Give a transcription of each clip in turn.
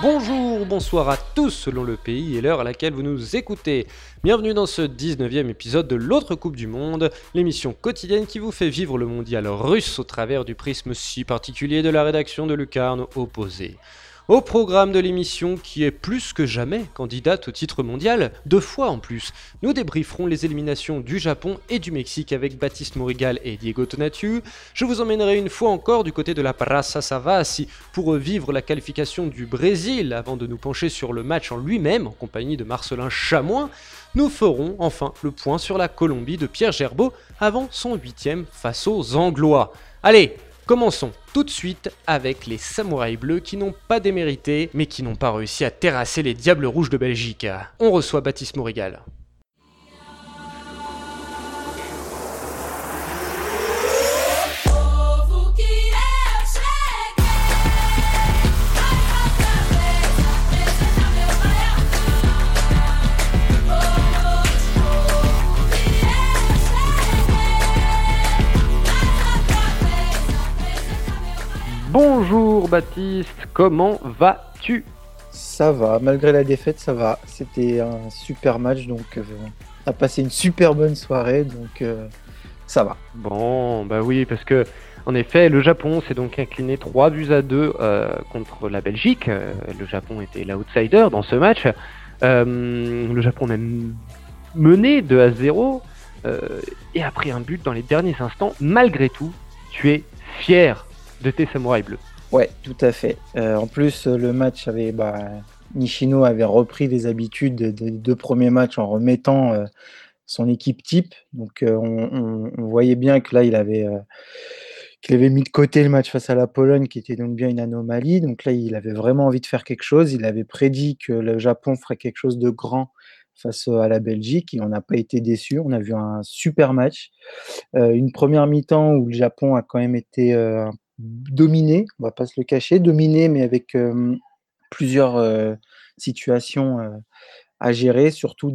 Bonjour, bonsoir à tous selon le pays et l'heure à laquelle vous nous écoutez. Bienvenue dans ce 19e épisode de l'autre Coupe du Monde, l'émission quotidienne qui vous fait vivre le mondial russe au travers du prisme si particulier de la rédaction de Lucarne Opposé. Au programme de l'émission qui est plus que jamais candidate au titre mondial, 2 fois en plus, nous débrieferons les éliminations du Japon et du Mexique avec Baptiste Mourigal et Diego Tonatu. Je vous emmènerai une fois encore du côté de la Praça Savassi pour vivre la qualification du Brésil avant de nous pencher sur le match en lui-même en compagnie de Marcelin Chamois. Nous ferons enfin le point sur la Colombie de Pierre Gerbeau avant son 8e face aux Anglois. Allez, commençons tout de suite avec les Samouraïs Bleus qui n'ont pas démérité mais qui n'ont pas réussi à terrasser les Diables Rouges de Belgique. On reçoit Baptiste Mourigal. Bonjour Baptiste, comment vas-tu ? Ça va, malgré la défaite, ça va. C'était un super match, donc on a passé une super bonne soirée, donc ça va. Bon, bah oui, parce que en effet, le Japon s'est donc incliné 3-2 contre la Belgique. Le Japon était l'outsider dans ce match. Le Japon a mené 2-0 et a pris un but dans les derniers instants. Malgré tout, tu es fier de tes Samouraïs Bleus. Ouais, tout à fait. En plus, le match avait, Nishino avait repris les habitudes des 2 premiers matchs en remettant son équipe type. Donc, on voyait bien que là, qu'il avait mis de côté le match face à la Pologne, qui était donc bien une anomalie. Donc là, il avait vraiment envie de faire quelque chose. Il avait prédit que le Japon ferait quelque chose de grand face à la Belgique et on n'a pas été déçus. On a vu un super match. Une première mi-temps où le Japon a quand même été dominé, on va pas se le cacher, dominé, mais avec plusieurs situations à gérer,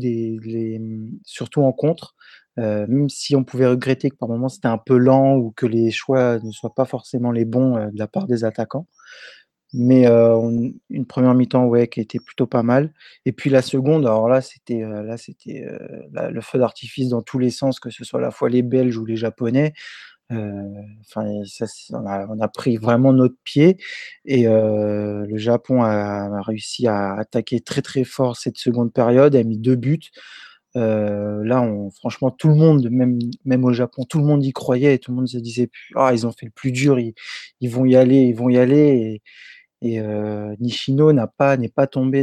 surtout en contre. Même si on pouvait regretter que par moments c'était un peu lent ou que les choix ne soient pas forcément les bons de la part des attaquants. Mais une première mi-temps, ouais, qui était plutôt pas mal. Et puis la seconde, alors là, le feu d'artifice dans tous les sens, que ce soit à la fois les Belges ou les Japonais. Enfin, ça, on a pris vraiment notre pied et le Japon a réussi à attaquer très, très fort cette seconde période, a mis 2 buts. Là, franchement, tout le monde, même au Japon, tout le monde y croyait et tout le monde se disait: «Ah, ils ont fait le plus dur, ils vont y aller, ils vont y aller» et Nishino n'est pas tombé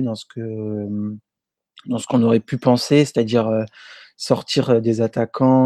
dans ce qu'on aurait pu penser, c'est-à-dire, sortir des attaquants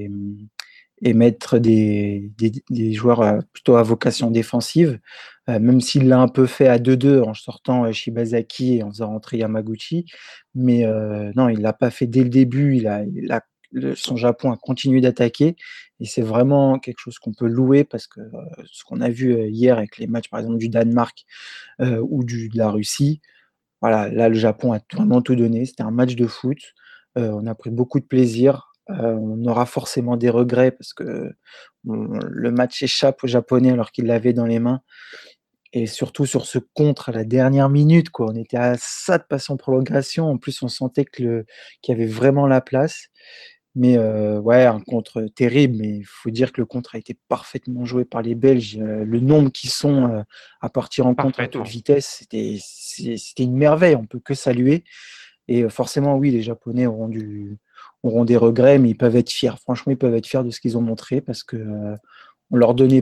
et mettre des joueurs, plutôt à vocation défensive, même s'il l'a un peu fait à 2-2 en sortant, Shibazaki et en faisant rentrer Yamaguchi. Mais non, il l'a pas fait dès le début, son Japon a continué d'attaquer et c'est vraiment quelque chose qu'on peut louer parce que, ce qu'on a vu, hier avec les matchs, par exemple, du Danemark, ou de la Russie, voilà, là, le Japon a vraiment tout donné. C'était un match de foot. On a pris beaucoup de plaisir. On aura forcément des regrets parce que le match échappe aux Japonais alors qu'ils l'avaient dans les mains et surtout sur ce contre à la dernière minute, quoi. On était à ça de passer en prolongation. En plus, on sentait qu'il y avait vraiment la place. Mais ouais, un contre terrible, mais il faut dire que le contre a été parfaitement joué par les Belges. Le nombre qu'ils sont, à partir en contre à toute Parfaitement. vitesse, c'était une merveille, on peut que saluer et forcément, oui, les Japonais auront des regrets, mais ils peuvent être fiers. Franchement, ils peuvent être fiers de ce qu'ils ont montré parce que, on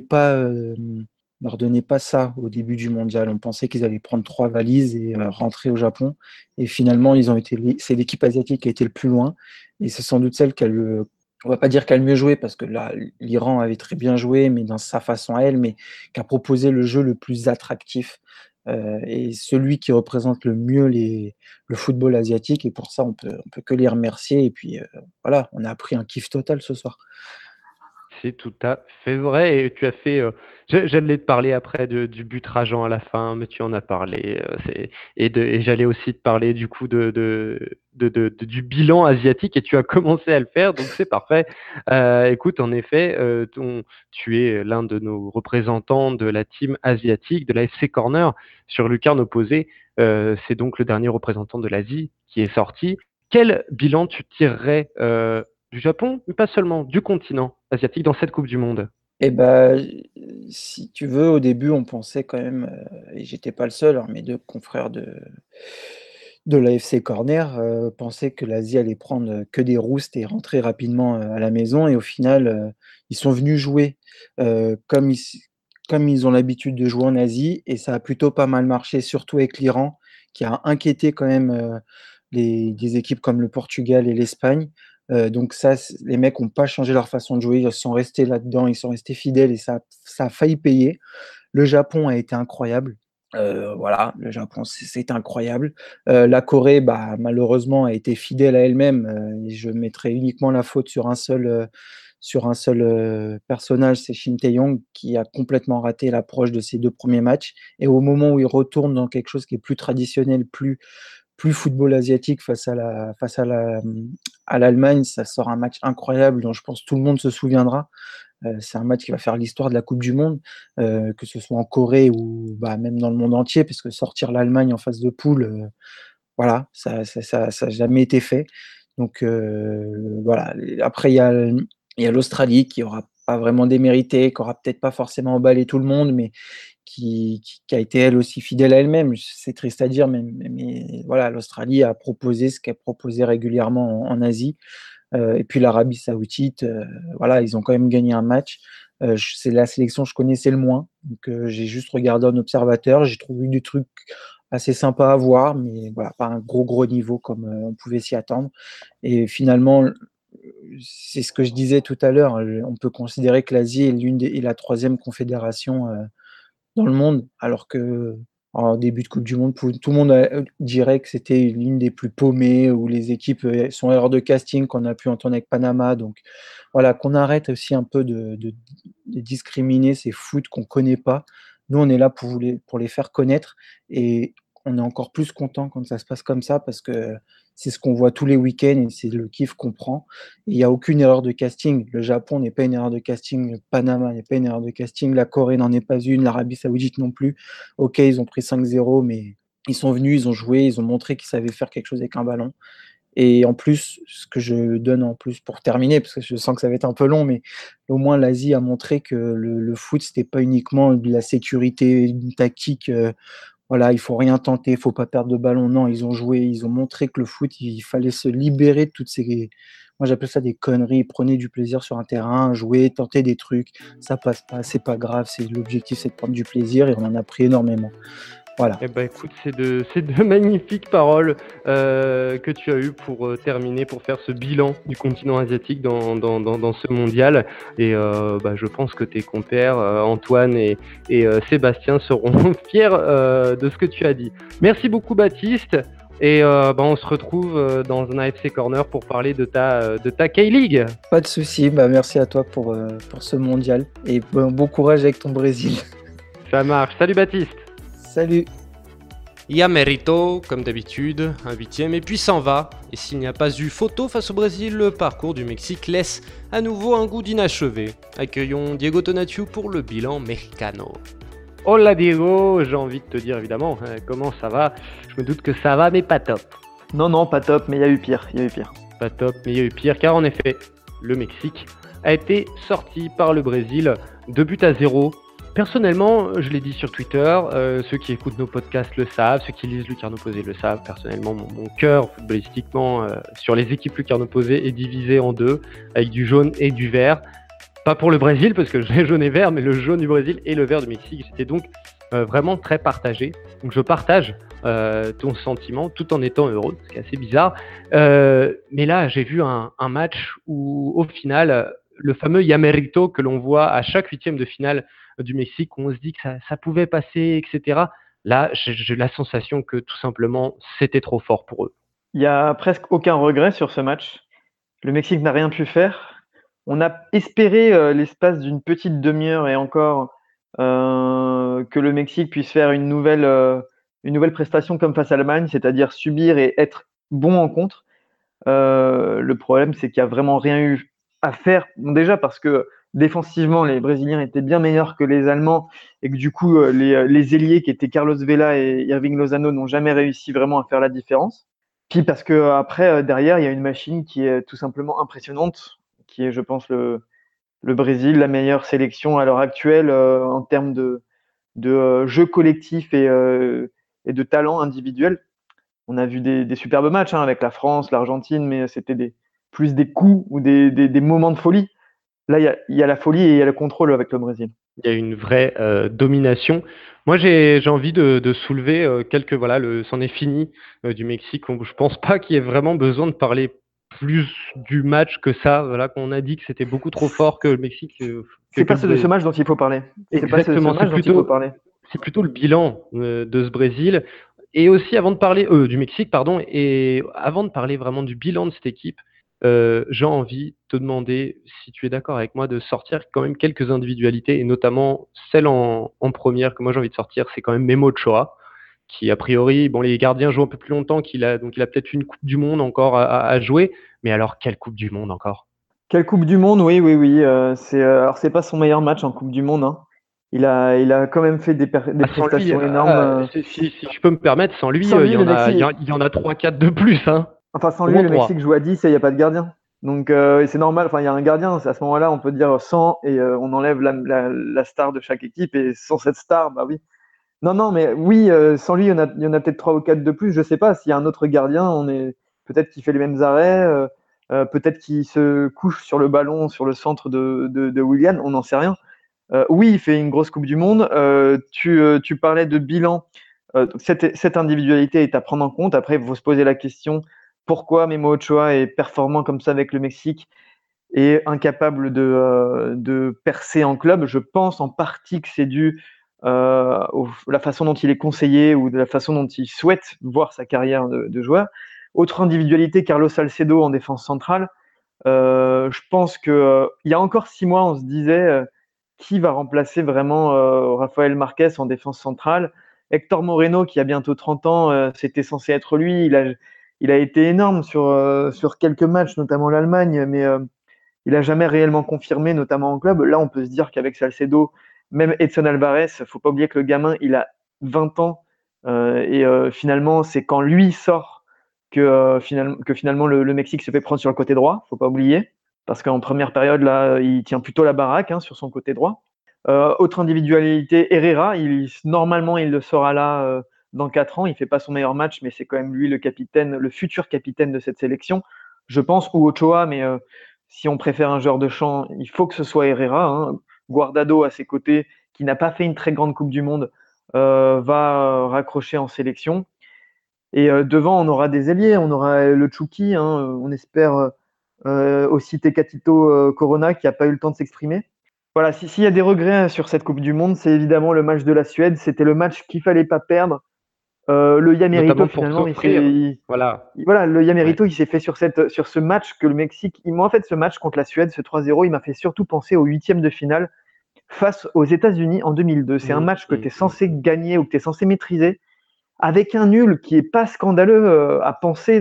leur donnait pas ça au début du mondial. On pensait qu'ils allaient prendre 3 valises et rentrer au Japon et finalement, c'est l'équipe asiatique qui a été le plus loin et c'est sans doute celle on va pas dire qu'elle a le mieux joué parce que là, l'Iran avait très bien joué, mais dans sa façon à elle, mais qui a proposé le jeu le plus attractif, et celui qui représente le mieux le football asiatique et pour ça, on peut que les remercier et puis, voilà, on a pris un kiff total ce soir. C'est tout à fait vrai et tu as fait, j'allais te parler après du but rageant à la fin, mais tu en as parlé, et j'allais aussi te parler du coup du bilan asiatique et tu as commencé à le faire, donc c'est parfait. Écoute, en effet, tu es l'un de nos représentants de la team asiatique, de la FC Corner sur Lucarne Opposé. C'est donc le dernier représentant de l'Asie qui est sorti. Quel bilan tu tirerais du Japon, mais pas seulement, du continent asiatique dans cette Coupe du Monde? Et bah, si tu veux, au début, on pensait quand même, et j'étais pas le seul, hein, mes 2 confrères de l'AFC Corner, pensaient que l'Asie allait prendre, que des roustes et rentrer rapidement, à la maison et au final, ils sont venus jouer, comme ils ont l'habitude de jouer en Asie et ça a plutôt pas mal marché, surtout avec l'Iran qui a inquiété quand même, les des équipes comme le Portugal et l'Espagne. Donc ça, les mecs ont pas changé leur façon de jouer, ils sont restés là-dedans, ils sont restés fidèles et ça a failli payer. Le Japon a été incroyable, voilà, le Japon, c'est incroyable. La Corée, bah, malheureusement, a été fidèle à elle-même, et je mettrai uniquement la faute sur un seul, personnage, c'est Shin Tae-yong qui a complètement raté l'approche de ses 2 premiers matchs et au moment où il retourne dans quelque chose qui est plus traditionnel, plus football asiatique à l'Allemagne, ça sort un match incroyable dont je pense tout le monde se souviendra. C'est un match qui va faire l'histoire de la coupe du monde, que ce soit en Corée ou, bah, même dans le monde entier parce que sortir l'Allemagne en phase de poule, voilà, ça a jamais été fait. Donc voilà, après il y a l'Australie qui aura pas vraiment démérité, qui aura peut-être pas forcément emballé tout le monde, mais qui a été elle aussi fidèle à elle-même. C'est triste à dire, mais voilà, l'Australie a proposé ce qu'elle proposait régulièrement en Asie. Et puis l'Arabie Saoudite, voilà, ils ont quand même gagné un match. C'est la sélection que je connaissais le moins, donc j'ai juste regardé en observateur. J'ai trouvé des trucs assez sympas à voir, mais voilà, pas un gros niveau comme, on pouvait s'y attendre et finalement, c'est ce que je disais tout à l'heure, on peut considérer que l'Asie est la troisième confédération, dans le monde, alors qu'en début de coupe du monde, tout le monde, dirait que c'était l'une des plus paumées, où les équipes, sont erreurs de casting qu'on a pu entendre avec Panama, donc voilà, qu'on arrête aussi un peu de discriminer ces foot qu'on connaît pas. Nous, on est là pour les faire connaître et on est encore plus content quand ça se passe comme ça parce que c'est ce qu'on voit tous les week-ends et c'est le kiff qu'on prend. Il y a aucune erreur de casting. Le Japon n'est pas une erreur de casting, le Panama n'est pas une erreur de casting, la Corée n'en est pas une, l'Arabie Saoudite non plus. OK, ils ont pris 5-0, mais ils sont venus, ils ont joué, ils ont montré qu'ils savaient faire quelque chose avec un ballon. Et en plus, ce que je donne en plus pour terminer, parce que je sens que ça va être un peu long, mais au moins l'Asie a montré que le foot, c'était pas uniquement de la sécurité, une tactique, voilà, il faut rien tenter, il faut pas perdre de ballon. Non, ils ont joué, ils ont montré que le foot, il fallait se libérer de toutes ces, moi j'appelle ça des conneries. Prenez du plaisir sur un terrain, jouez, tentez des trucs. Ça passe pas, c'est pas grave. L'objectif, c'est de prendre du plaisir et on en a pris énormément. Voilà. Eh ben, écoute, c'est de magnifiques paroles que tu as eues pour terminer, pour faire ce bilan du continent asiatique dans ce mondial. Et bah, je pense que tes compères, Antoine et Sébastien, seront fiers de ce que tu as dit. Merci beaucoup, Baptiste. Et bah, on se retrouve dans un AFC Corner pour parler de ta K-League. Pas de souci. Bah, merci à toi pour ce mondial et bon courage avec ton Brésil. Ça marche. Salut, Baptiste. Salut. Il a mérito, comme d'habitude, un huitième, et puis s'en va. Et s'il n'y a pas eu photo face au Brésil, le parcours du Mexique laisse à nouveau un goût d'inachevé. Accueillons Diego Tonatiuh pour le bilan mexicano. Hola Diego, j'ai envie de te dire évidemment, comment ça va? Je me doute que ça va, mais pas top. Non, pas top, mais il y a eu pire, Pas top, mais il y a eu pire, car en effet, le Mexique a été sorti par le Brésil 2-0. Personnellement, je l'ai dit sur Twitter, ceux qui écoutent nos podcasts le savent, ceux qui lisent Lucarne Opposé le savent. Personnellement, mon cœur footballistiquement sur les équipes Lucarne Opposé est divisé en deux, avec du jaune et du vert. Pas pour le Brésil, parce que j'ai jaune et vert, mais le jaune du Brésil et le vert du Mexique. J'étais donc vraiment très partagé. Donc je partage ton sentiment tout en étant heureux, ce qui est assez bizarre. Mais là, j'ai vu un match où, au final, le fameux Yamerito que l'on voit à chaque huitième de finale du Mexique, où on se dit que ça pouvait passer, etc. Là, j'ai la sensation que tout simplement, c'était trop fort pour eux. Il y a presque aucun regret sur ce match. Le Mexique n'a rien pu faire. On a espéré l'espace d'une petite demi-heure et encore que le Mexique puisse faire une nouvelle prestation comme face à l'Allemagne, c'est-à-dire subir et être bons en contre. Le problème, c'est qu'il n'y a vraiment rien eu à faire. Bon, déjà parce que défensivement, les Brésiliens étaient bien meilleurs que les Allemands et que du coup, les ailiers qui étaient Carlos Vela et Irving Lozano n'ont jamais réussi vraiment à faire la différence. Puis parce que après, derrière, il y a une machine qui est tout simplement impressionnante, qui est, je pense, le Brésil, la meilleure sélection à l'heure actuelle en termes de jeu collectif et de talent individuel. On a vu des superbes matchs avec la France, l'Argentine, mais c'était plus des coups ou des moments de folie. Là, il y a la folie et il y a le contrôle avec le Brésil. Il y a une vraie domination. Moi, j'ai envie de soulever voilà, c'en est fini du Mexique. Je pense pas qu'il y ait vraiment besoin de parler plus du match que ça. Voilà, qu'on a dit que c'était beaucoup trop fort que le Mexique. C'est pas de ce match dont il faut parler. Exactement, c'est plutôt le bilan de ce Brésil. Et aussi, avant de parler du Mexique, pardon, et avant de parler vraiment du bilan de cette équipe, j'ai envie de te demander si tu es d'accord avec moi de sortir quand même quelques individualités, et notamment celle en première que moi j'ai envie de sortir, c'est quand même Memo Ochoa, qui a priori, bon, les gardiens jouent un peu plus longtemps donc il a peut-être une Coupe du Monde encore à jouer, mais alors quelle Coupe du Monde encore? Quelle Coupe du Monde? Oui. Alors c'est pas son meilleur match en Coupe du Monde. Il a quand même fait des prestations énormes. Si je peux me permettre, sans lui, il y en a 3-4 de plus. Hein. Enfin, sans lui, le Mexique joue à 10 et il n'y a pas de gardien. Donc c'est normal, enfin, il y a un gardien, à ce moment-là, on peut dire 100 et on enlève la star de chaque équipe, et sans cette star, bah oui. Non, mais oui, sans lui, il y en a peut-être 3 ou 4 de plus, je sais pas. S'il y a un autre gardien, peut-être qu'il fait les mêmes arrêts, peut-être qu'il se couche sur le ballon, sur le centre de Willian, on n'en sait rien. Oui, il fait une grosse Coupe du Monde. Tu parlais de bilan. Cette individualité est à prendre en compte. Après, il faut se poser la question, pourquoi Memo Ochoa est performant comme ça avec le Mexique et incapable de percer en club? Je pense en partie que c'est dû à la façon dont il est conseillé ou de la façon dont il souhaite voir sa carrière de joueur. Autre individualité, Carlos Salcedo en défense centrale. Je pense qu'il y a encore 6 mois, on se disait qui va remplacer vraiment Rafael Marquez en défense centrale. Hector Moreno, qui a bientôt 30 ans, c'était censé être lui. Il a été énorme sur quelques matchs, notamment l'Allemagne, mais il n'a jamais réellement confirmé, notamment en club. Là, on peut se dire qu'avec Salcedo, même Edson Alvarez, il ne faut pas oublier que le gamin, il a 20 ans. Et finalement, c'est quand lui sort que finalement le Mexique se fait prendre sur le côté droit, il ne faut pas oublier. Parce qu'en première période, là, il tient plutôt la baraque sur son côté droit. Autre individualité, Herrera, normalement, il le sera là dans 4 ans. Il ne fait pas son meilleur match, mais c'est quand même lui le capitaine, le futur capitaine de cette sélection, je pense, ou Ochoa, mais si on préfère un joueur de champ, il faut que ce soit Herrera. Guardado à ses côtés, qui n'a pas fait une très grande Coupe du Monde, va raccrocher en sélection. Et devant, on aura des ailiers, on aura le Chucky, on espère aussi Tecatito Corona, qui n'a pas eu le temps de s'exprimer. Voilà, s'il y a des regrets sur cette Coupe du Monde, c'est évidemment le match de la Suède. C'était le match qu'il fallait pas perdre. Le Yamerito, finalement, le Yamerito, il s'est fait sur ce match que le Mexique. Moi, en fait, ce match contre la Suède, ce 3-0, il m'a fait surtout penser au 8e de finale face aux États-Unis en 2002. C'est un match que tu es censé gagner ou que tu es censé maîtriser, avec un nul qui est pas scandaleux à penser.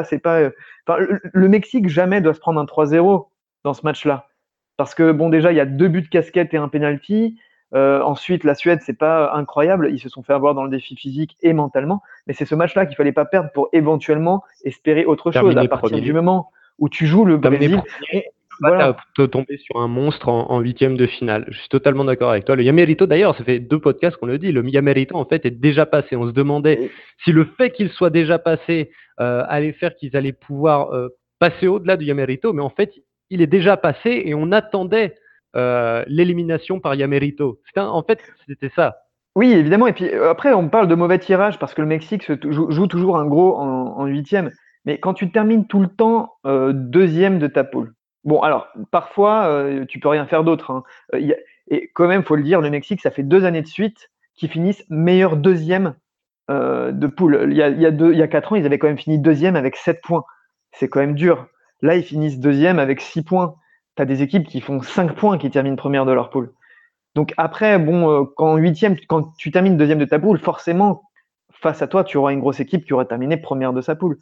Le Mexique jamais doit se prendre un 3-0 dans ce match-là. Parce que, bon, déjà, il y a 2 buts de casquette et un penalty. Ensuite, la Suède, c'est pas incroyable. Ils se sont fait avoir dans le défi physique et mentalement. Mais c'est ce match-là qu'il fallait pas perdre pour éventuellement espérer autre chose. À partir du moment où tu joues le Brésil, voilà. Tu tomber sur un monstre en 8e de finale. Je suis totalement d'accord avec toi. Le Yamerito, d'ailleurs, ça fait 2 podcasts qu'on le dit. Le Yamerito, en fait, est déjà passé. On se demandait si le fait qu'il soit déjà passé allait faire qu'ils allaient pouvoir passer au-delà du Yamerito. Mais en fait, il est déjà passé et on attendait l'élimination par Yamerito. En fait, c'était ça. Oui, évidemment. Et puis après, on parle de mauvais tirage parce que le Mexique joue toujours un gros en 8e. Mais quand tu termines tout le temps 2e de ta poule. Bon, alors, parfois, tu peux rien faire d'autre. Et quand même, il faut le dire, le Mexique, ça fait 2 années de suite qu'ils finissent meilleur 2e de poule. Il y a 4 ans, ils avaient quand même fini 2e avec 7 points. C'est quand même dur. Là, ils finissent 2e avec 6 points. Tu as des équipes qui font 5 points qui terminent première de leur poule. Donc après, bon, quand tu termines 2e de ta poule, forcément, face à toi, tu auras une grosse équipe qui aura terminé première de sa poule.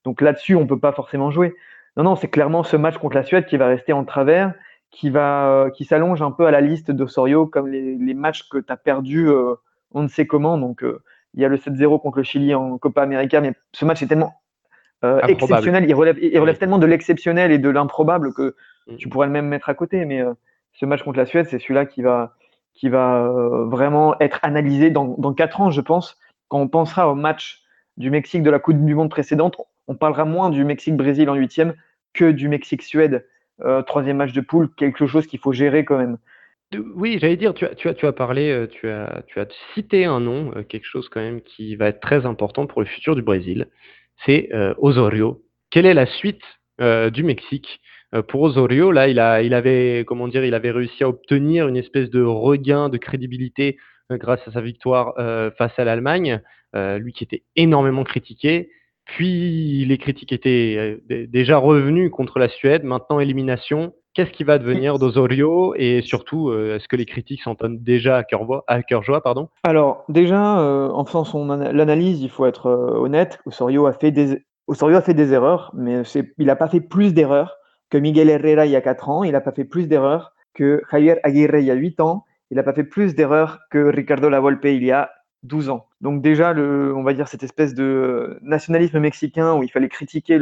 Donc là-dessus, on peut pas forcément jouer. Non, c'est clairement ce match contre la Suède qui va rester en travers, qui s'allonge un peu à la liste d'Osorio, comme les matchs que tu as perdus, on ne sait comment. Donc, il y a le 7-0 contre le Chili en Copa América, mais ce match est tellement exceptionnel. Il relève tellement de l'exceptionnel et de l'improbable que tu pourrais le même mettre à côté. Mais ce match contre la Suède, c'est celui-là qui va vraiment être analysé dans 4 ans, je pense. Quand on pensera au match du Mexique de la Coupe du Monde précédente, on parlera moins du Mexique-Brésil en 8e que du Mexique-Suède, 3e match de poule, quelque chose qu'il faut gérer quand même. Oui, j'allais dire, tu as parlé, tu as cité un nom, quelque chose quand même qui va être très important pour le futur du Brésil, c'est Osorio. Quelle est la suite du Mexique? Pour Osorio, là, il avait, comment dire, il avait réussi à obtenir une espèce de regain de crédibilité grâce à sa victoire face à l'Allemagne, lui qui était énormément critiqué. Puis les critiques étaient déjà revenus contre la Suède, maintenant élimination. Qu'est-ce qui va devenir d'Osorio et surtout, est-ce que les critiques s'entonnent déjà à cœur joie, pardon? Alors déjà, en faisant l'analyse, il faut être honnête. Osorio a fait des erreurs, mais il n'a pas fait plus d'erreurs que Miguel Herrera il y a 4 ans. Il n'a pas fait plus d'erreurs que Javier Aguirre il y a 8 ans. Il n'a pas fait plus d'erreurs que Ricardo Lavolpe il y a 12 ans. Donc déjà, on va dire cette espèce de nationalisme mexicain où il fallait critiquer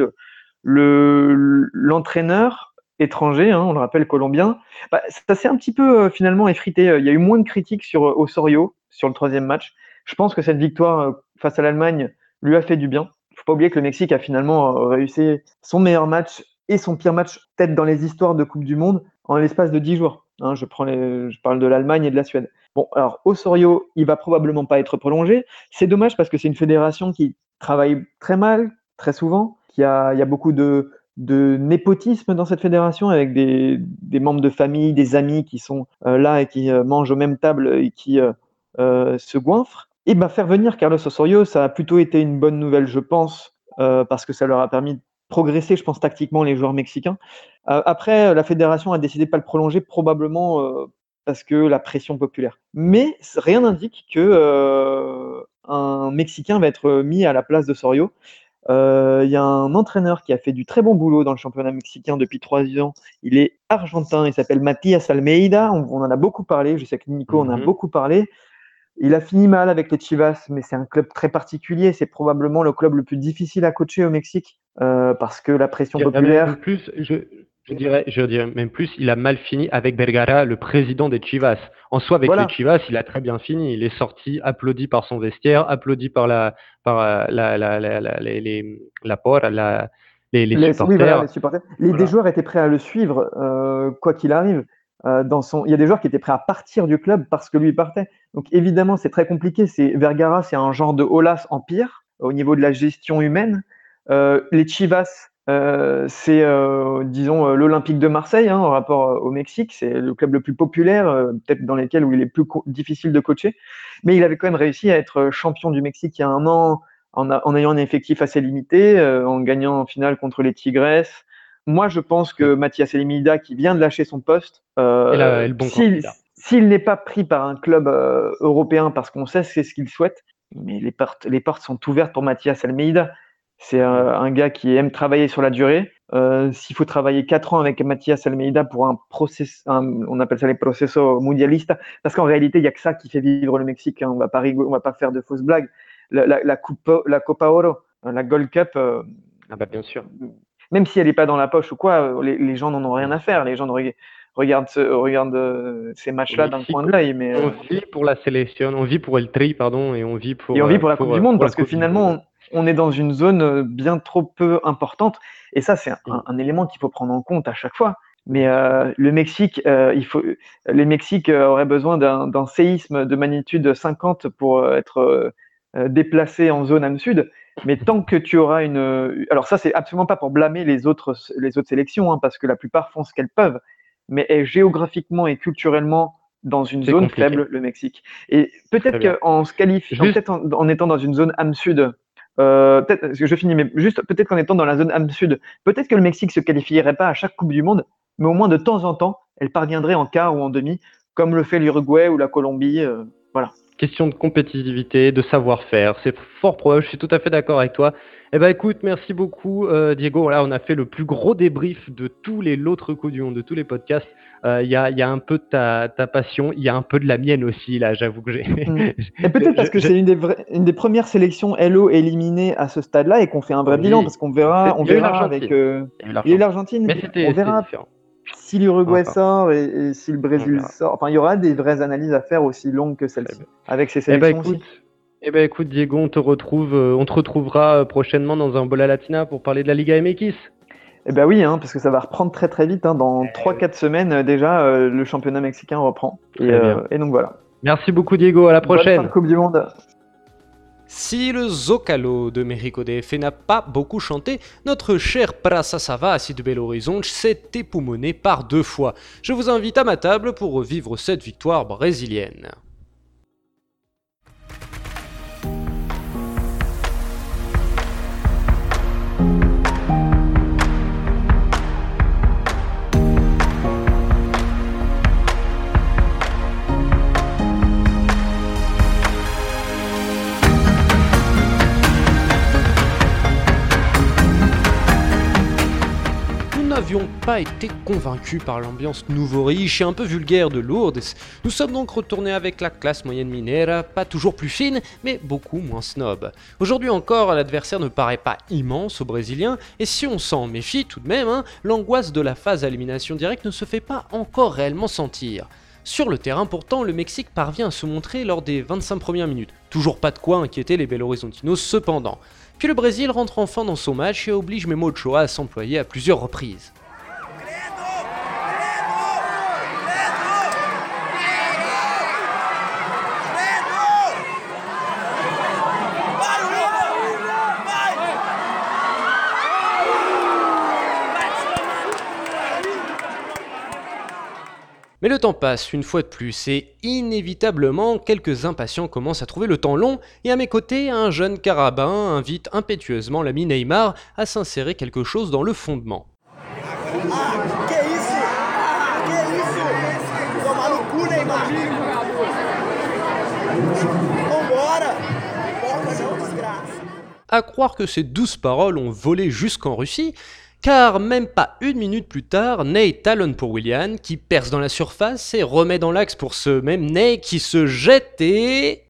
l'entraîneur étranger, hein, on le rappelle colombien, ça s'est un petit peu finalement effrité. Il y a eu moins de critiques sur Osorio sur le 3e match. Je pense que cette victoire face à l'Allemagne lui a fait du bien. Il ne faut pas oublier que le Mexique a finalement réussi son meilleur match et son pire match peut-être dans les histoires de Coupe du Monde en l'espace de 10 jours. Hein, je parle de l'Allemagne et de la Suède. Bon, alors Osorio, il va probablement pas être prolongé. C'est dommage parce que c'est une fédération qui travaille très mal, très souvent. Il y a beaucoup de népotisme dans cette fédération avec des membres de famille, des amis qui sont là et qui mangent aux mêmes tables et qui se goinfrent. Et faire venir Carlos Osorio, ça a plutôt été une bonne nouvelle, je pense, parce que ça leur a permis de progresser, je pense, tactiquement, les joueurs mexicains. Après, la fédération a décidé de ne pas le prolonger, probablement parce que la pression populaire. Mais rien n'indique que un Mexicain va être mis à la place de Sorio. Il y a un entraîneur qui a fait du très bon boulot dans le championnat mexicain depuis 3 ans. Il est argentin, il s'appelle Matías Almeida. On en a beaucoup parlé, je sais que Nico en a beaucoup parlé. Il a fini mal avec les Chivas, mais c'est un club très particulier. C'est probablement le club le plus difficile à coacher au Mexique parce que la pression populaire. Même plus, je dirais même plus, il a mal fini avec Vergara, le président des Chivas. En soi, avec les Chivas, il a très bien fini. Il est sorti, applaudi par son vestiaire, applaudi par les supporters. Oui, voilà, les supporters. Des joueurs étaient prêts à le suivre, quoi qu'il arrive. Il y a des joueurs qui étaient prêts à partir du club parce que lui partait. Donc évidemment, c'est très compliqué. Vergara, c'est un genre de Aulas en pire au niveau de la gestion humaine. Les Chivas, c'est disons l'Olympique de Marseille en rapport au Mexique. C'est le club le plus populaire, peut-être dans lesquels où il est plus difficile de coacher. Mais il avait quand même réussi à être champion du Mexique il y a 1 an en ayant un effectif assez limité, en gagnant en finale contre les Tigresses. Moi, je pense que Matías Almeida, qui vient de lâcher son poste, s'il n'est pas pris par un club européen, parce qu'on sait c'est ce qu'il souhaite, mais les portes sont ouvertes pour Matías Almeida. C'est un gars qui aime travailler sur la durée. S'il faut travailler 4 ans avec Matías Almeida pour on appelle ça les procesos mundialistas, parce qu'en réalité, il n'y a que ça qui fait vivre le Mexique. Hein. On va pas faire de fausses blagues. La Copa Oro, la Gold Cup, bien sûr. Même si elle n'est pas dans la poche ou quoi, les gens n'en ont rien à faire. Les gens regardent ces matchs-là d'un coin de l'œil. Mais on vit pour la sélection, on vit pour el Tri, pardon, et on vit pour la Coupe du Monde, parce que finalement, on est dans une zone bien trop peu importante. Et ça, c'est un élément qu'il faut prendre en compte à chaque fois. Mais le Mexique, les Mexiques auraient besoin d'un séisme de magnitude 50 pour être déplacé en zone âme sud. Mais tant que tu auras alors ça, c'est absolument pas pour blâmer les autres sélections, hein, parce que la plupart font ce qu'elles peuvent. Mais géographiquement et culturellement dans une zone faible, le Mexique. Et peut-être qu'en se qualifiant, peut-être en étant dans une zone âme sud, peut-être, je finis, mais juste peut-être qu'en étant dans la zone âme sud, peut-être que le Mexique se qualifierait pas à chaque Coupe du Monde, mais au moins de temps en temps, elle parviendrait en quart ou en demi, comme le fait l'Uruguay ou la Colombie. Voilà. question de compétitivité, de savoir-faire. C'est fort probable, je suis tout à fait d'accord avec toi. Eh ben écoute, merci beaucoup Diego. Voilà, on a fait le plus gros débrief de tous les l'autre Coupe du Monde, de tous les podcasts. Il y a un peu de ta passion, il y a un peu de la mienne aussi, là, j'avoue que j'ai... Et peut-être parce que c'est une des premières sélections LO éliminées à ce stade-là et qu'on fait un vrai Oui. bilan, parce qu'on verra, Il y a eu avec... l'Argentine. il y a eu l'Argentine, Mais on c'était verra différent. si l'Uruguay Enfin. sort et si le Brésil verra. sort. Enfin, il y aura des vraies analyses à faire aussi longues que celle-ci, bien. avec ces Eh ben sélections aussi. écoute Diego, on te retrouvera prochainement dans un Bola Latina pour parler de la Liga MX. Eh ben oui, parce que ça va reprendre très très vite. Dans 3-4 semaines déjà, le championnat mexicain reprend. Et donc voilà. Merci beaucoup Diego, à la Bonne fin prochaine. de Coupe du Monde. Si le Zócalo de México DF n'a pas beaucoup chanté, notre cher Praça Savassi de Belo Horizonte s'est époumoné par 2 fois. Je vous invite à ma table pour revivre cette victoire brésilienne. Nous n'avions pas été convaincus par l'ambiance nouveau riche et un peu vulgaire de Lourdes. Nous sommes donc retournés avec la classe moyenne minera, pas toujours plus fine, mais beaucoup moins snob. Aujourd'hui encore, l'adversaire ne paraît pas immense aux Brésiliens, et si on s'en méfie tout de même, l'angoisse de la phase à élimination directe ne se fait pas encore réellement sentir. Sur le terrain pourtant, le Mexique parvient à se montrer lors des 25 premières minutes. Toujours pas de quoi inquiéter les Belo Horizontinos cependant. Puis le Brésil rentre enfin dans son match et oblige Memo Ochoa à s'employer à plusieurs reprises. Mais le temps passe une fois de plus et inévitablement quelques impatients commencent à trouver le temps long et à mes côtés un jeune carabin invite impétueusement l'ami Neymar à s'insérer quelque chose dans le fondement. À croire que ces douces paroles ont volé jusqu'en Russie, car même pas une minute plus tard, Ney talonne pour Willian, qui perce dans la surface et remet dans l'axe pour ce même Ney qui se jette et...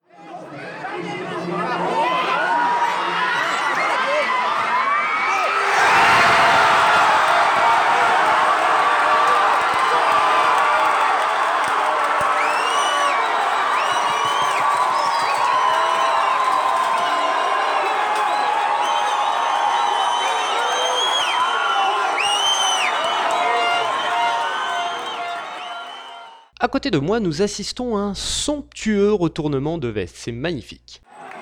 À côté de moi, nous assistons à un somptueux retournement de veste, c'est magnifique.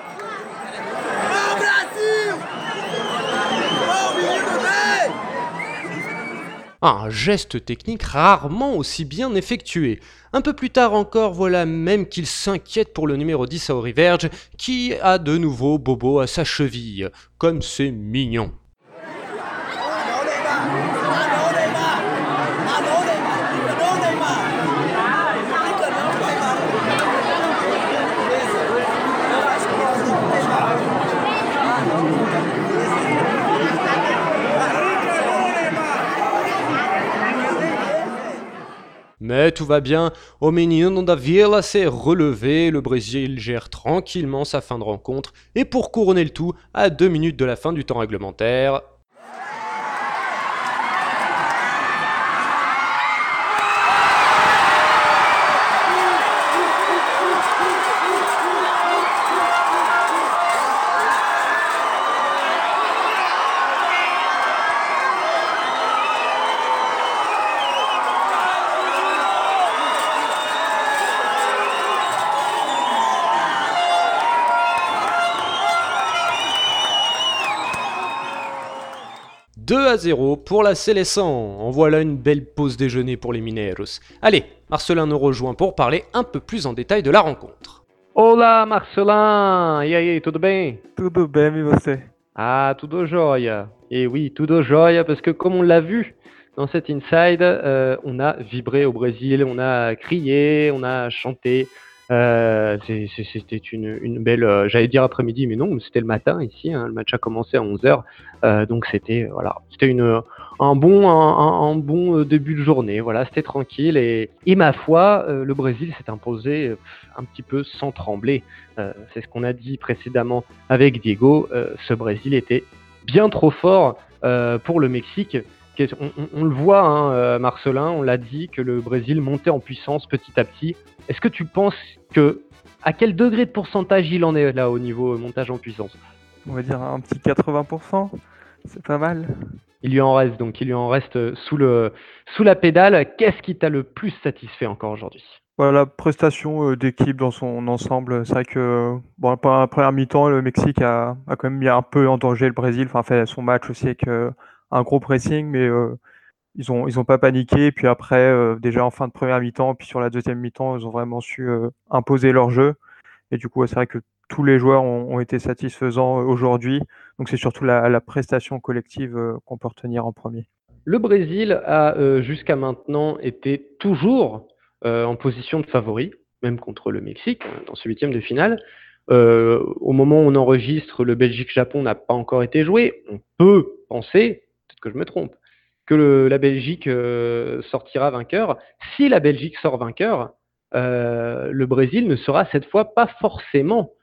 Un geste technique rarement aussi bien effectué. Un peu plus tard encore, voilà même qu'il s'inquiète pour le numéro 10 à Auriverge, qui a de nouveau Bobo à sa cheville. Comme c'est mignon. Mais tout va bien, o menino da Vila s'est relevé, le Brésil gère tranquillement sa fin de rencontre, et pour couronner le tout, à 2 minutes de la fin du temps réglementaire... « 2-0 pour la Célestin. En voilà une belle pause déjeuner pour les Mineiros. Allez, Marcelin nous rejoint pour parler un peu plus en détail de la rencontre. Olá, Marcelin! E aí, tudo bem? Tudo bem, e você? Ah, tudo jóia. Et oui, tudo jóia, parce que comme on l'a vu dans cet inside, on a vibré au Brésil, on a crié, on a chanté. C'était une belle, j'allais dire après-midi, mais non, c'était le matin ici. Le match a commencé à 11h. Donc c'était un bon début de journée. Voilà, c'était tranquille. Et ma foi, le Brésil s'est imposé un petit peu sans trembler. C'est ce qu'on a dit précédemment avec Diego. Ce Brésil était bien trop fort pour le Mexique. On le voit, Marcelin, on l'a dit, que le Brésil montait en puissance petit à petit. Est-ce que tu penses à quel degré de pourcentage il en est là au niveau montage en puissance? On va dire un petit 80%, c'est pas mal. Il lui en reste sous la pédale. Qu'est-ce qui t'a le plus satisfait encore aujourd'hui? Voilà, la prestation d'équipe dans son ensemble. C'est vrai que pendant la première mi-temps, le Mexique a quand même mis un peu en danger le Brésil. Enfin, fait son match aussi avec un gros pressing, mais ils ont pas paniqué. Puis après, déjà en fin de première mi-temps, puis sur la deuxième mi-temps, ils ont vraiment su imposer leur jeu. Et du coup, c'est vrai que tous les joueurs ont été satisfaisants aujourd'hui. Donc c'est surtout la prestation collective qu'on peut retenir en premier. Le Brésil a jusqu'à maintenant été toujours en position de favori, même contre le Mexique, dans ce huitième de finale. Au moment où on enregistre, le Belgique-Japon n'a pas encore été joué. On peut penser, peut-être que je me trompe, que la Belgique sortira vainqueur. Si la Belgique sort vainqueur, le Brésil ne sera cette fois pas forcément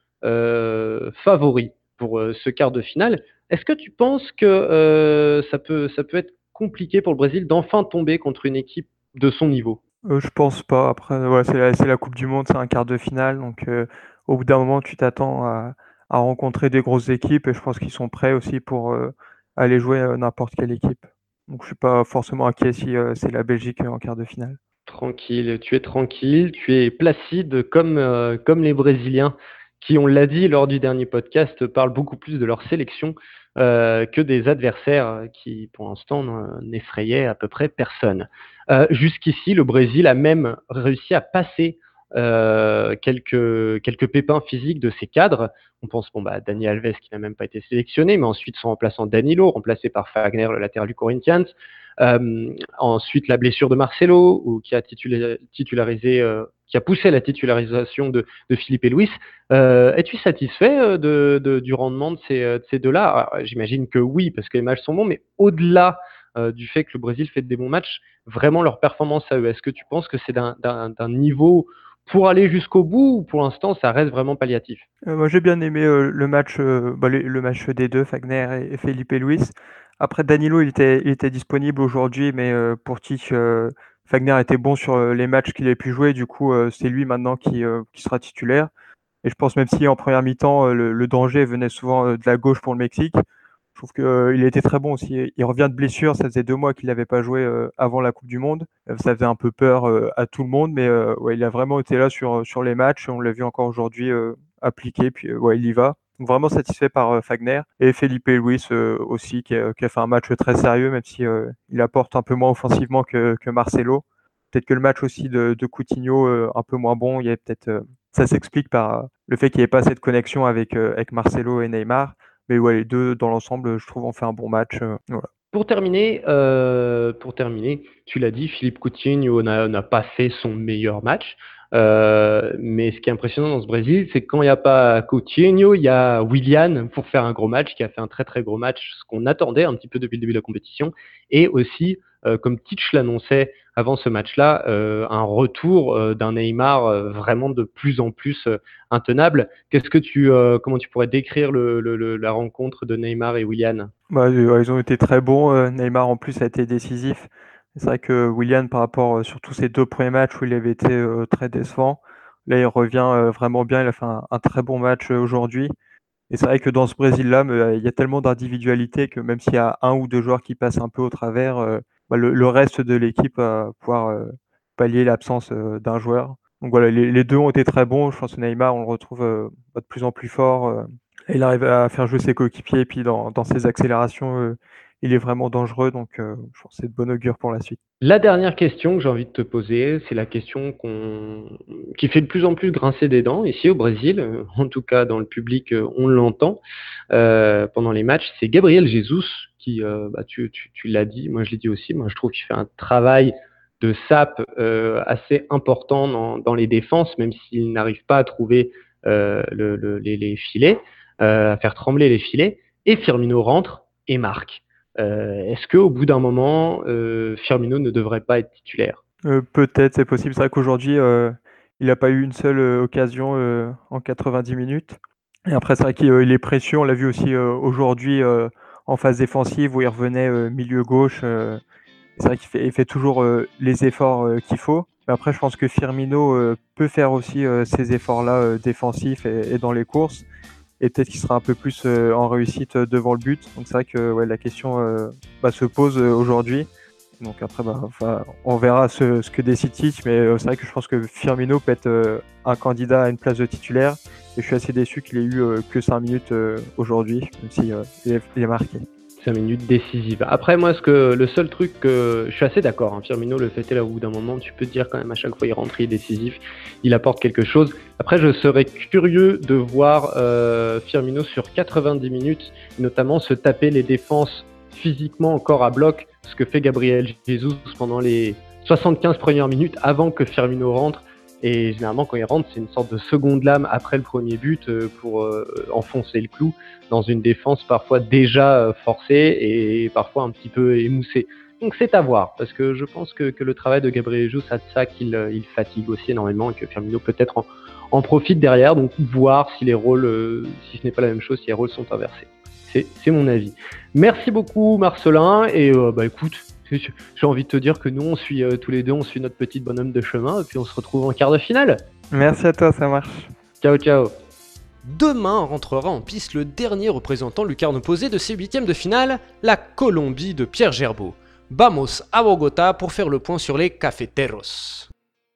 favori pour ce quart de finale. Est-ce que tu penses que ça peut être compliqué pour le Brésil d'enfin tomber contre une équipe de son niveau? Je pense pas. Après, ouais, c'est la Coupe du Monde, c'est un quart de finale. Donc, au bout d'un moment, tu t'attends à rencontrer des grosses équipes. Et je pense qu'ils sont prêts aussi pour aller jouer n'importe quelle équipe. Donc, je suis pas forcément inquiet si c'est la Belgique en quart de finale. Tranquille, tu es placide comme les Brésiliens qui, on l'a dit lors du dernier podcast, parlent beaucoup plus de leur sélection que des adversaires qui, pour l'instant, n'effrayaient à peu près personne. Jusqu'ici, le Brésil a même réussi à passer quelques pépins physiques de ses cadres. On pense à Dani Alves qui n'a même pas été sélectionné, mais ensuite son remplaçant Danilo, remplacé par Fagner, le latéral du Corinthians. Ensuite, la blessure de Marcelo, qui a titularisé, qui a poussé la titularisation de Felipe Luis. Es-tu satisfait du rendement de ces deux-là? J'imagine que oui, parce que les matchs sont bons, mais au-delà du fait que le Brésil fait des bons matchs, vraiment leur performance à eux, est-ce que tu penses que c'est d'un niveau pour aller jusqu'au bout, ou pour l'instant ça reste vraiment palliatif? Moi, j'ai bien aimé le match des deux, Fagner et Felipe Luis. Après, Danilo, il était disponible aujourd'hui, mais pour Tite, Fagner était bon sur les matchs qu'il avait pu jouer. Du coup, c'est lui maintenant qui sera titulaire. Et je pense même si en première mi-temps, le danger venait souvent de la gauche pour le Mexique, je trouve qu'il était très bon aussi. Il revient de blessure, ça faisait 2 mois qu'il n'avait pas joué avant la Coupe du Monde. Ça faisait un peu peur à tout le monde, mais ouais, il a vraiment été là sur les matchs. On l'a vu encore aujourd'hui appliqué, puis ouais, il y va. Donc, vraiment satisfait par Fagner. Et Felipe Luis aussi, qui a fait un match très sérieux, même si il apporte un peu moins offensivement que Marcelo. Peut-être que le match aussi de Coutinho, un peu moins bon, il y avait peut-être, ça s'explique par le fait qu'il n'y ait pas assez de connexion avec Marcelo et Neymar. Mais ouais, les deux, dans l'ensemble, je trouve, ont fait un bon match. Voilà. Pour terminer, tu l'as dit, Philippe Coutinho n'a pas fait son meilleur match. Mais ce qui est impressionnant dans ce Brésil, c'est que quand il n'y a pas Coutinho, il y a Willian pour faire un gros match, qui a fait un très très gros match, ce qu'on attendait un petit peu depuis le début de la compétition. Et aussi, comme Tite l'annonçait avant ce match-là, un retour d'un Neymar vraiment de plus en plus intenable. Comment tu pourrais décrire la rencontre de Neymar et Willian? Ils ont été très bons. Neymar, en plus, a été décisif. C'est vrai que Willian, par rapport surtout ses 2 premiers matchs où il avait été très décevant, là, il revient vraiment bien. Il a fait un très bon match aujourd'hui. Et c'est vrai que dans ce Brésil-là, il y a tellement d'individualité que même s'il y a 1 ou 2 joueurs qui passent un peu au travers, le reste de l'équipe va pouvoir pallier l'absence d'un joueur. Donc voilà, les 2 ont été très bons. Je pense que Neymar, on le retrouve de plus en plus fort. Il arrive à faire jouer ses coéquipiers, et puis dans ses accélérations, il est vraiment dangereux. Donc je pense que c'est de bon augure pour la suite. La dernière question que j'ai envie de te poser, c'est la question qui fait de plus en plus grincer des dents ici au Brésil, en tout cas dans le public, on l'entend pendant les matchs. C'est Gabriel Jesus qui, tu l'as dit, moi je l'ai dit aussi, moi je trouve qu'il fait un travail de sap assez important dans les défenses, même s'il n'arrive pas à trouver les filets, à faire trembler les filets. Et Firmino rentre et marque. Est-ce qu'au bout d'un moment, Firmino ne devrait pas être titulaire? Peut-être, c'est possible. C'est vrai qu'aujourd'hui, il n'a pas eu une seule occasion en 90 minutes. Et après, c'est vrai qu'il est précieux. On l'a vu aussi aujourd'hui en phase défensive où il revenait milieu gauche. C'est vrai qu'il fait toujours les efforts qu'il faut. Mais après, je pense que Firmino peut faire aussi ces efforts-là défensifs et dans les courses. Et peut-être qu'il sera un peu plus en réussite devant le but. Donc c'est vrai que ouais, la question se pose aujourd'hui. Donc après, on verra ce que décide Tite, mais c'est vrai que je pense que Firmino peut être un candidat à une place de titulaire. Et je suis assez déçu qu'il ait eu que 5 minutes aujourd'hui, même si il est marqué. 5 minutes décisives. Après, moi, le seul truc que je suis assez d'accord, hein, Firmino le fait là au bout d'un moment, tu peux te dire quand même à chaque fois il rentre, il est décisif, il apporte quelque chose. Après, je serais curieux de voir Firmino sur 90 minutes, notamment se taper les défenses physiquement encore à bloc, ce que fait Gabriel Jesus pendant les 75 premières minutes avant que Firmino rentre. Et généralement, quand il rentre, c'est une sorte de seconde lame après le premier but pour enfoncer le clou dans une défense parfois déjà forcée et parfois un petit peu émoussée. Donc c'est à voir, parce que je pense que le travail de Gabriel Jesus a de ça qu'il fatigue aussi énormément et que Firmino peut-être en profite derrière. Donc voir si les rôles, si ce n'est pas la même chose, si les rôles sont inversés. C'est mon avis. Merci beaucoup Marcelin et écoute, j'ai envie de te dire que nous on suit tous les deux, on suit notre petit bonhomme de chemin et puis on se retrouve en quart de finale. Merci à toi, ça marche. Ciao ciao. Demain rentrera en piste le dernier représentant lucarne opposé de ces huitièmes de finale, la Colombie de Pierre Gerbeau. Vamos à Bogota pour faire le point sur les cafeteros.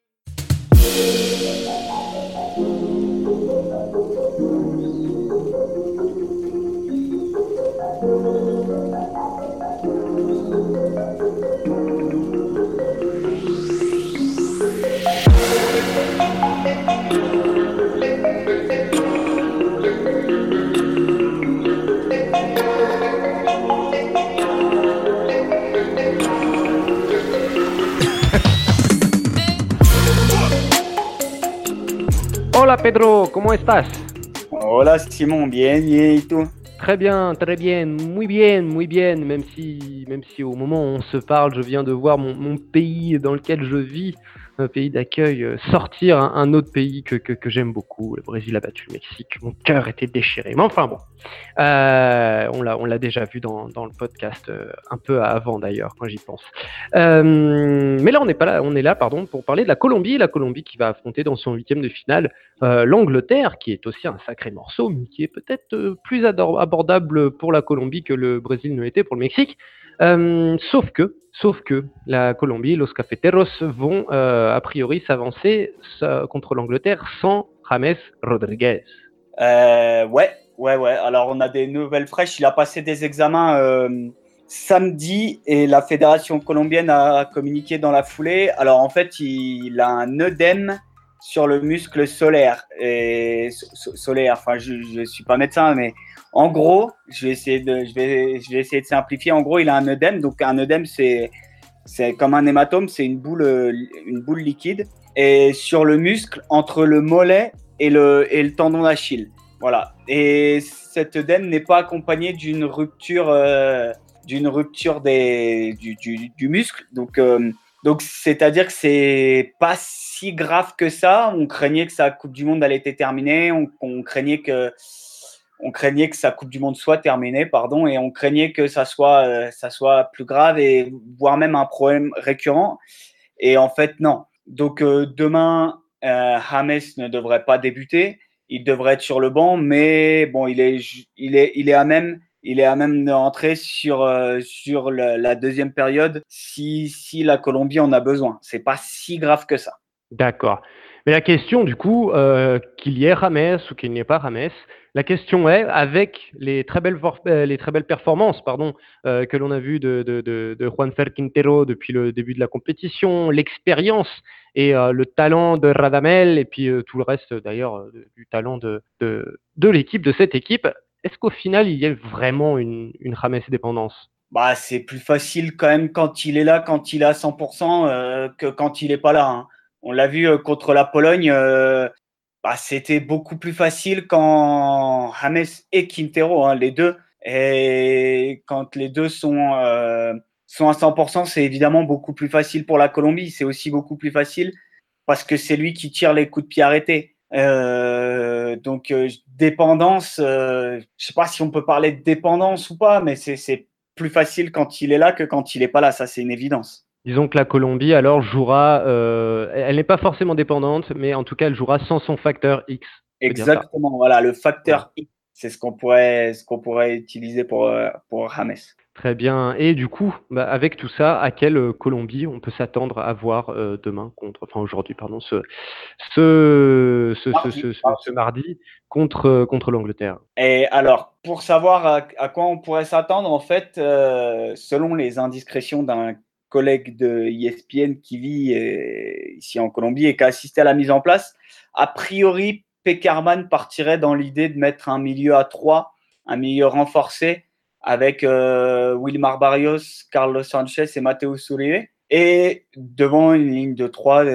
Hola Pedro, ¿cómo estás? Hola Simon, bien, bien, ¿y tú? Très bien, muy bien, même si au moment où on se parle, je viens de voir mon pays dans lequel je vis, un pays d'accueil, sortir un autre pays que j'aime beaucoup. Le Brésil a battu le Mexique, mon cœur était déchiré. Mais enfin bon, on l'a déjà vu dans le podcast un peu avant d'ailleurs, quand j'y pense. Mais là, on est là, pour parler de la Colombie qui va affronter dans son huitième de finale l'Angleterre, qui est aussi un sacré morceau, mais qui est peut-être plus abordable pour la Colombie que le Brésil ne l'était pour le Mexique. Sauf que la Colombie, los cafeteros vont a priori s'avancer contre l'Angleterre sans James Rodriguez. Ouais. Alors on a des nouvelles fraîches. Il a passé des examens samedi et la fédération colombienne a communiqué dans la foulée. Alors en fait, il a un œdème sur le muscle solaire. Enfin, je suis pas médecin, mais en gros, je vais essayer de simplifier. En gros, il a un œdème. Donc un œdème, c'est comme un hématome, c'est une boule liquide. Et sur le muscle, entre le mollet et le tendon d'Achille. Voilà. Et cet œdème n'est pas accompagné d'une rupture du muscle. Donc, c'est-à-dire que c'est pas si grave que ça. On craignait que sa Coupe du Monde allait être terminée. On craignait que sa Coupe du Monde soit terminée, pardon, et on craignait que ça soit plus grave et voire même un problème récurrent. Et en fait, non. Donc demain, James ne devrait pas débuter. Il devrait être sur le banc, mais bon, il est à même d'entrer sur la deuxième période si la Colombie en a besoin. C'est pas si grave que ça. D'accord. Mais la question, du coup, qu'il y ait James ou qu'il n'y ait pas James, la question est, avec les très belles performances que l'on a vues de Juanfer Quintero depuis le début de la compétition, l'expérience et le talent de Radamel, et puis tout le reste d'ailleurs du talent de l'équipe, de cette équipe, est-ce qu'au final il y a vraiment une James dépendance? Bah, c'est plus facile quand même quand il est là, quand il est à 100%, que quand il est pas là, hein. On l'a vu, contre la Pologne, bah, c'était beaucoup plus facile quand James et Quintero, hein, les 2 et quand les 2 sont à 100%, c'est évidemment beaucoup plus facile pour la Colombie. C'est aussi beaucoup plus facile parce que c'est lui qui tire les coups de pied arrêtés. Donc dépendance, je sais pas si on peut parler de dépendance ou pas, mais c'est plus facile quand il est là que quand il est pas là, ça c'est une évidence. Disons que la Colombie alors jouera, elle n'est pas forcément dépendante, mais en tout cas elle jouera sans son facteur X. Exactement, voilà, le facteur X, c'est ce qu'on pourrait utiliser pour James. Très bien. Et du coup, bah, avec tout ça, à quelle Colombie on peut s'attendre à voir aujourd'hui, pardon, ce mardi contre l'Angleterre? Et alors, pour savoir à quoi on pourrait s'attendre, en fait, selon les indiscrétions d'un collègue de ESPN qui vit ici en Colombie et qui a assisté à la mise en place, a priori, Pekerman partirait dans l'idée de mettre un milieu à 3, un milieu renforcé avec Wilmar Barrios, Carlos Sanchez et Mateo Uribe, et devant une ligne de 3,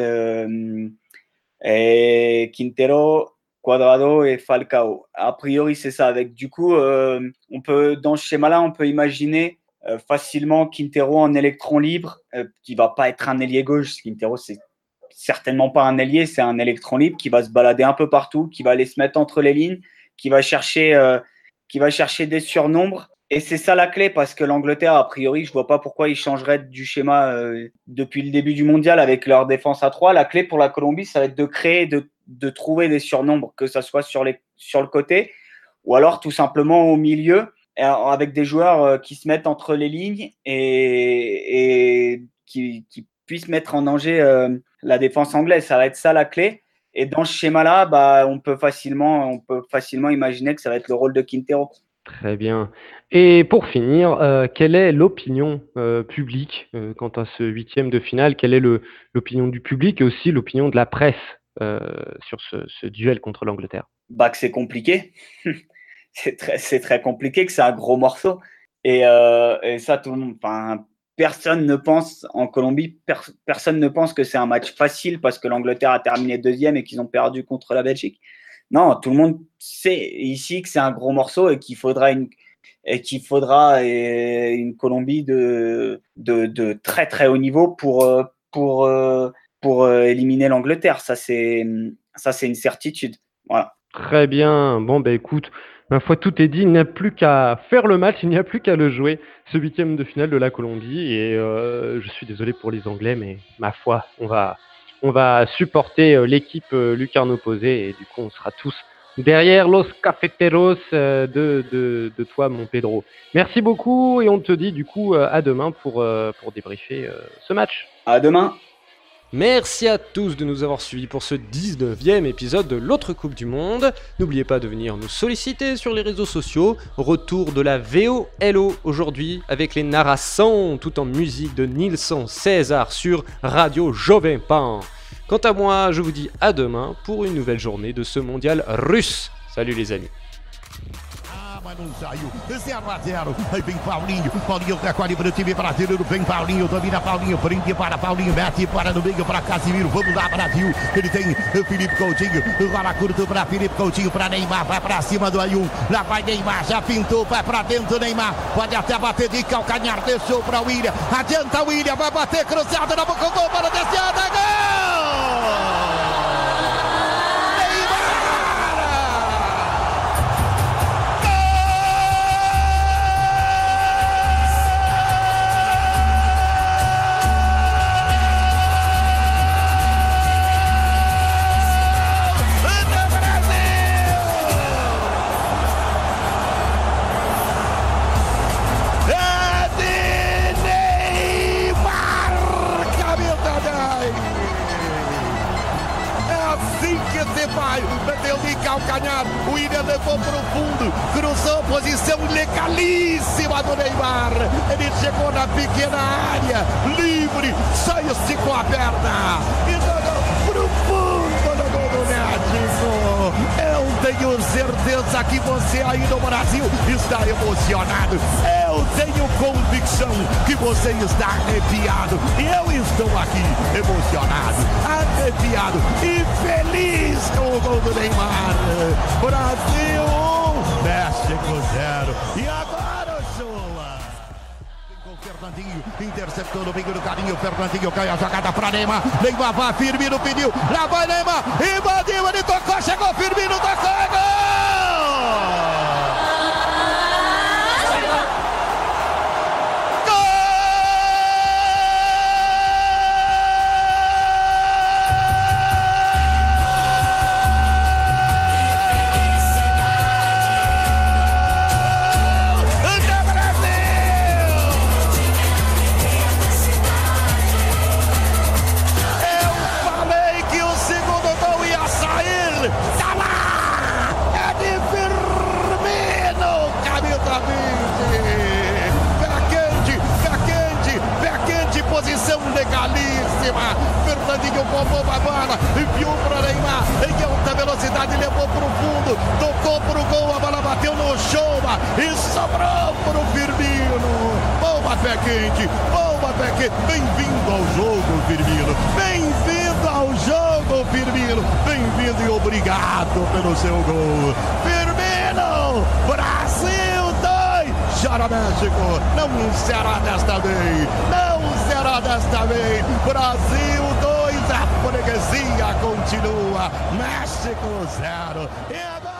Quintero, Cuadrado et Falcao. A priori, c'est ça. Avec du coup, dans ce schéma-là, on peut imaginer facilement Quintero en électron libre, qui va pas être un ailier gauche. Quintero, c'est certainement pas un ailier, c'est un électron libre qui va se balader un peu partout, qui va aller se mettre entre les lignes, qui va chercher des surnombres. Et c'est ça la clé, parce que l'Angleterre, a priori, je vois pas pourquoi ils changeraient du schéma depuis le début du mondial avec leur défense à 3. La clé pour la Colombie, ça va être de créer, de trouver des surnombres, que ça soit sur le côté ou alors tout simplement au milieu, avec des joueurs qui se mettent entre les lignes et qui puissent mettre en danger la défense anglaise. Ça va être ça la clé. Et dans ce schéma-là, bah, on peut facilement imaginer que ça va être le rôle de Quintero. Très bien. Et pour finir, quelle est l'opinion publique quant à ce 8e de finale? Quelle est l'opinion du public et aussi l'opinion de la presse sur ce duel contre l'Angleterre? Bah, que c'est compliqué. c'est très compliqué, que c'est un gros morceau. Et ça, tout le monde, personne ne pense en Colombie, personne ne pense que c'est un match facile parce que l'Angleterre a terminé 2e et qu'ils ont perdu contre la Belgique. Non, tout le monde sait ici que c'est un gros morceau et qu'il faudra une Colombie de très très haut niveau pour éliminer l'Angleterre. Ça c'est une certitude. Voilà. Très bien. Bon, bah écoute, ma foi, tout est dit. Il n'y a plus qu'à faire le match, il n'y a plus qu'à le jouer, ce 8e de finale de la Colombie. Et je suis désolé pour les Anglais, mais ma foi, on va supporter l'équipe lucarne opposée et du coup, on sera tous derrière los cafeteros de toi, mon Pedro. Merci beaucoup et on te dit du coup à demain pour débriefer ce match. À demain. Merci à tous de nous avoir suivis pour ce 19e épisode de l'autre Coupe du Monde. N'oubliez pas de venir nous solliciter sur les réseaux sociaux. Retour de la VOLO aujourd'hui avec les narrations tout en musique de Nilsson César sur Radio Jovem Pan. Quant à moi, je vous dis à demain pour une nouvelle journée de ce mondial russe. Salut les amis. Mas não saiu, 0-0, aí vem Paulinho, Paulinho com a qualidade do time brasileiro, vem Paulinho, domina Paulinho, prende para Paulinho, mete para no meio para Casimiro, vamos lá Brasil, ele tem Felipe Coutinho, rola curto para Felipe Coutinho, para Neymar, vai para cima do Ayun, lá vai Neymar, já pintou, vai para dentro Neymar, pode até bater de calcanhar, deixou para William, adianta William, vai bater cruzado na boca, gol para desciada, gol! Meteu de calcanhar, o William levou para o fundo, cruzou posição legalíssima do Neymar, ele chegou na pequena área, livre, só esticou a perna e jogou para o fundo do gol do México. É um tenho certeza que você aí no Brasil está emocionado. Eu tenho convicção que você está arrepiado. E eu estou aqui emocionado, arrepiado e feliz com o gol do Neymar. Brasil 1, México 0. E agora o Chula. Fernandinho interceptou no meio do carinho. Fernandinho cai a jogada para Neymar. Neymar vai, Firmino pediu. Lá vai Neymar. Invadiu, ele tocou, chegou Firmino, tocou, é gol! Posição legalíssima. Fernandinho roubou a bola, enviou para Neymar em alta velocidade, levou para o fundo, tocou para o gol, a bola bateu no chão e sobrou para o Firmino. Boa, pé quente, boa, pé quente. Bem-vindo ao jogo, Firmino. Bem-vindo ao jogo, Firmino. Bem-vindo e obrigado pelo seu gol. Firmino, Brasil 2. Chora México, não será desta vez, não será desta vez. Brasil 2, a freguesia continua. México 0. E agora